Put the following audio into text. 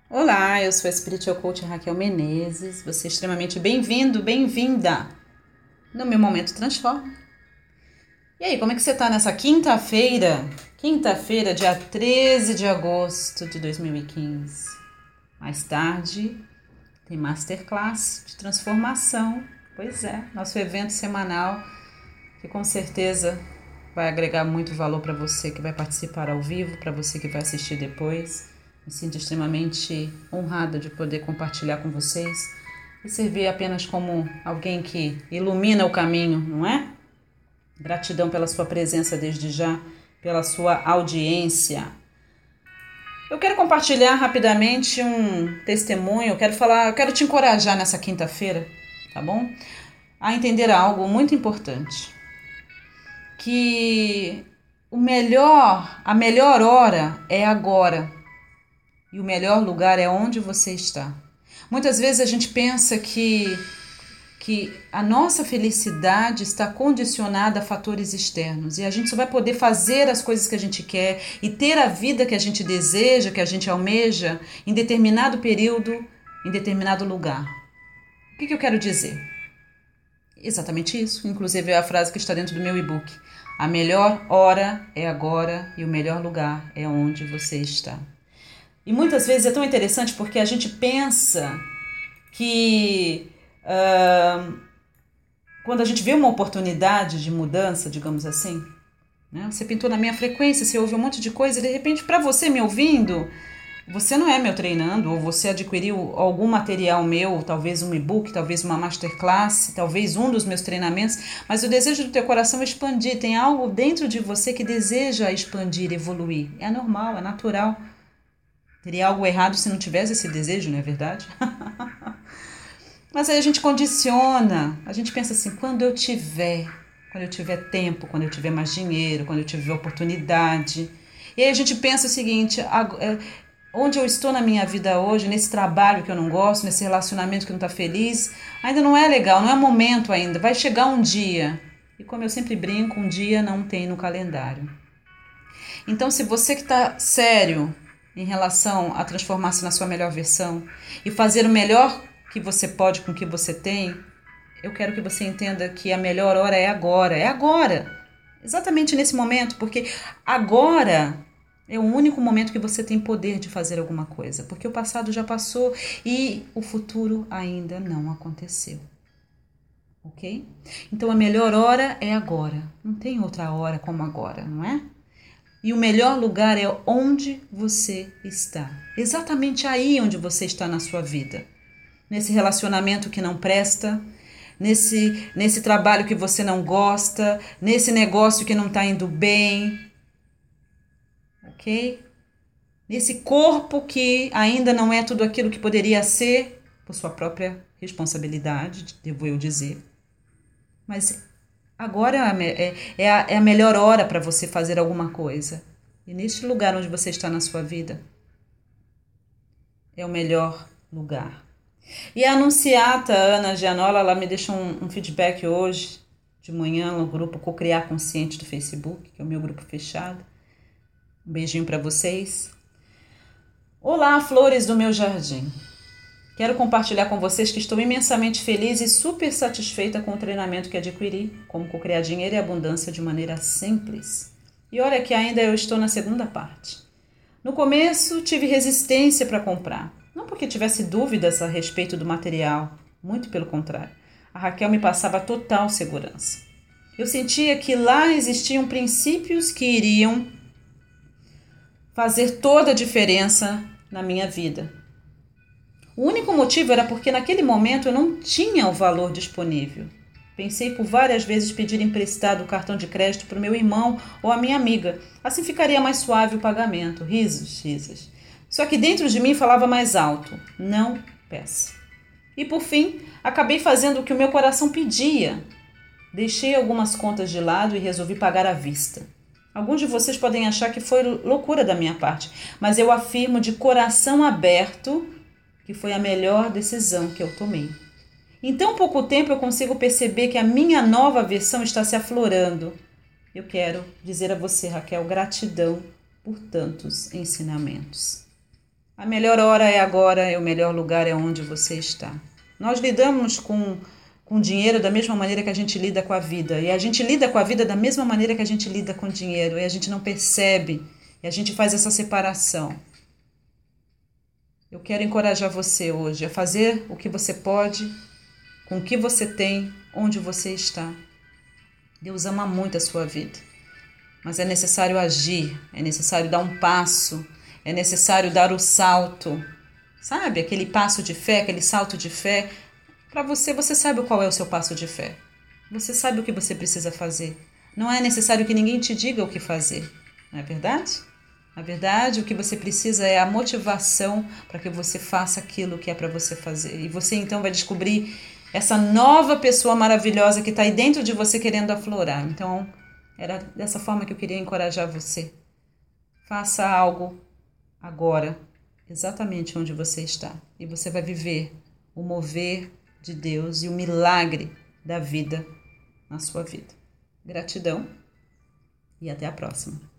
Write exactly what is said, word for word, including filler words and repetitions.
Olá, eu sou a Spiritual Coach Raquel Menezes. Você é extremamente bem-vindo, bem-vinda no meu Momento Transforma. E aí, como é que você tá nessa quinta-feira? Quinta-feira, dia treze de agosto de dois mil e quinze. Mais tarde, tem Masterclass de Transformação. Pois é, nosso evento semanal que com certeza vai agregar muito valor para você que vai participar ao vivo, para você que vai assistir depois. Me sinto extremamente honrada de poder compartilhar com vocês e servir apenas como alguém que ilumina o caminho, não é? Gratidão pela sua presença desde já, pela sua audiência. Eu quero compartilhar rapidamente um testemunho, eu quero falar, eu quero te encorajar nessa quinta-feira, tá bom? A entender algo muito importante. Que o melhor, a melhor hora é agora. E o melhor lugar é onde você está. Muitas vezes a gente pensa que, que a nossa felicidade está condicionada a fatores externos. E a gente só vai poder fazer as coisas que a gente quer e ter a vida que a gente deseja, que a gente almeja, em determinado período, em determinado lugar. O que, que eu quero dizer? Exatamente isso. Inclusive é a frase que está dentro do meu e-book. A melhor hora é agora e o melhor lugar é onde você está. E muitas vezes é tão interessante porque a gente pensa que uh, quando a gente vê uma oportunidade de mudança, digamos assim, né? Você pintou na minha frequência, você ouve um monte de coisa e de repente para você me ouvindo, você não é meu treinando ou você adquiriu algum material meu, talvez um e-book, talvez uma masterclass, talvez um dos meus treinamentos, mas o desejo do teu coração é expandir, tem algo dentro de você que deseja expandir, evoluir. É normal, é natural. Teria algo errado se não tivesse esse desejo, não é verdade? Mas aí a gente condiciona, a gente pensa assim, quando eu tiver, quando eu tiver tempo, quando eu tiver mais dinheiro, quando eu tiver oportunidade. E aí a gente pensa o seguinte, onde eu estou na minha vida hoje, nesse trabalho que eu não gosto, nesse relacionamento que não está feliz, ainda não é legal, não é momento ainda, vai chegar um dia. E como eu sempre brinco, um dia não tem no calendário. Então se você que está sério em relação a transformar-se na sua melhor versão e fazer o melhor que você pode com o que você tem, eu quero que você entenda que a melhor hora é agora, é agora, exatamente nesse momento, porque agora é o único momento que você tem poder de fazer alguma coisa, porque o passado já passou e o futuro ainda não aconteceu, ok? Então a melhor hora é agora, não tem outra hora como agora, não é? E o melhor lugar é onde você está. Exatamente aí onde você está na sua vida. Nesse relacionamento que não presta, nesse, nesse trabalho que você não gosta, nesse negócio que não está indo bem. Ok? Nesse corpo que ainda não é tudo aquilo que poderia ser, por sua própria responsabilidade, devo eu dizer. Mas agora é, é, a, é a melhor hora para você fazer alguma coisa. E neste lugar onde você está na sua vida, é o melhor lugar. E a anunciata Ana Gianola, ela me deixou um, um feedback hoje, de manhã, no grupo Co-Criar Consciente do Facebook, que é o meu grupo fechado. Um beijinho para vocês. Olá, flores do meu jardim. Quero compartilhar com vocês que estou imensamente feliz e super satisfeita com o treinamento que adquiri, como co-criar dinheiro e abundância de maneira simples. E olha que ainda eu estou na segunda parte. No começo tive resistência para comprar, não porque tivesse dúvidas a respeito do material, muito pelo contrário. A Raquel me passava total segurança. Eu sentia que lá existiam princípios que iriam fazer toda a diferença na minha vida. O único motivo era porque naquele momento eu não tinha o valor disponível. Pensei por várias vezes pedir emprestado o cartão de crédito para o meu irmão ou a minha amiga. Assim ficaria mais suave o pagamento. Risos, risos. Só que dentro de mim falava mais alto. Não peça. E por fim, acabei fazendo o que o meu coração pedia. Deixei algumas contas de lado e resolvi pagar à vista. Alguns de vocês podem achar que foi loucura da minha parte, mas eu afirmo de coração aberto que foi a melhor decisão que eu tomei. Em tão pouco tempo eu consigo perceber que a minha nova versão está se aflorando. Eu quero dizer a você, Raquel, gratidão por tantos ensinamentos. A melhor hora é agora e o melhor lugar é onde você está. Nós lidamos com, com dinheiro da mesma maneira que a gente lida com a vida. E a gente lida com a vida da mesma maneira que a gente lida com dinheiro. E a gente não percebe. E a gente faz essa separação. Eu quero encorajar você hoje a fazer o que você pode, com o que você tem, onde você está. Deus ama muito a sua vida. Mas é necessário agir, é necessário dar um passo, é necessário dar o salto. Sabe, aquele passo de fé, aquele salto de fé. Para você, você sabe qual é o seu passo de fé. Você sabe o que você precisa fazer. Não é necessário que ninguém te diga o que fazer. Não é verdade? Na verdade, o que você precisa é a motivação para que você faça aquilo que é para você fazer. E você então vai descobrir essa nova pessoa maravilhosa que está aí dentro de você querendo aflorar. Então, era dessa forma que eu queria encorajar você. Faça algo agora, exatamente onde você está. E você vai viver o mover de Deus e o milagre da vida na sua vida. Gratidão e até a próxima.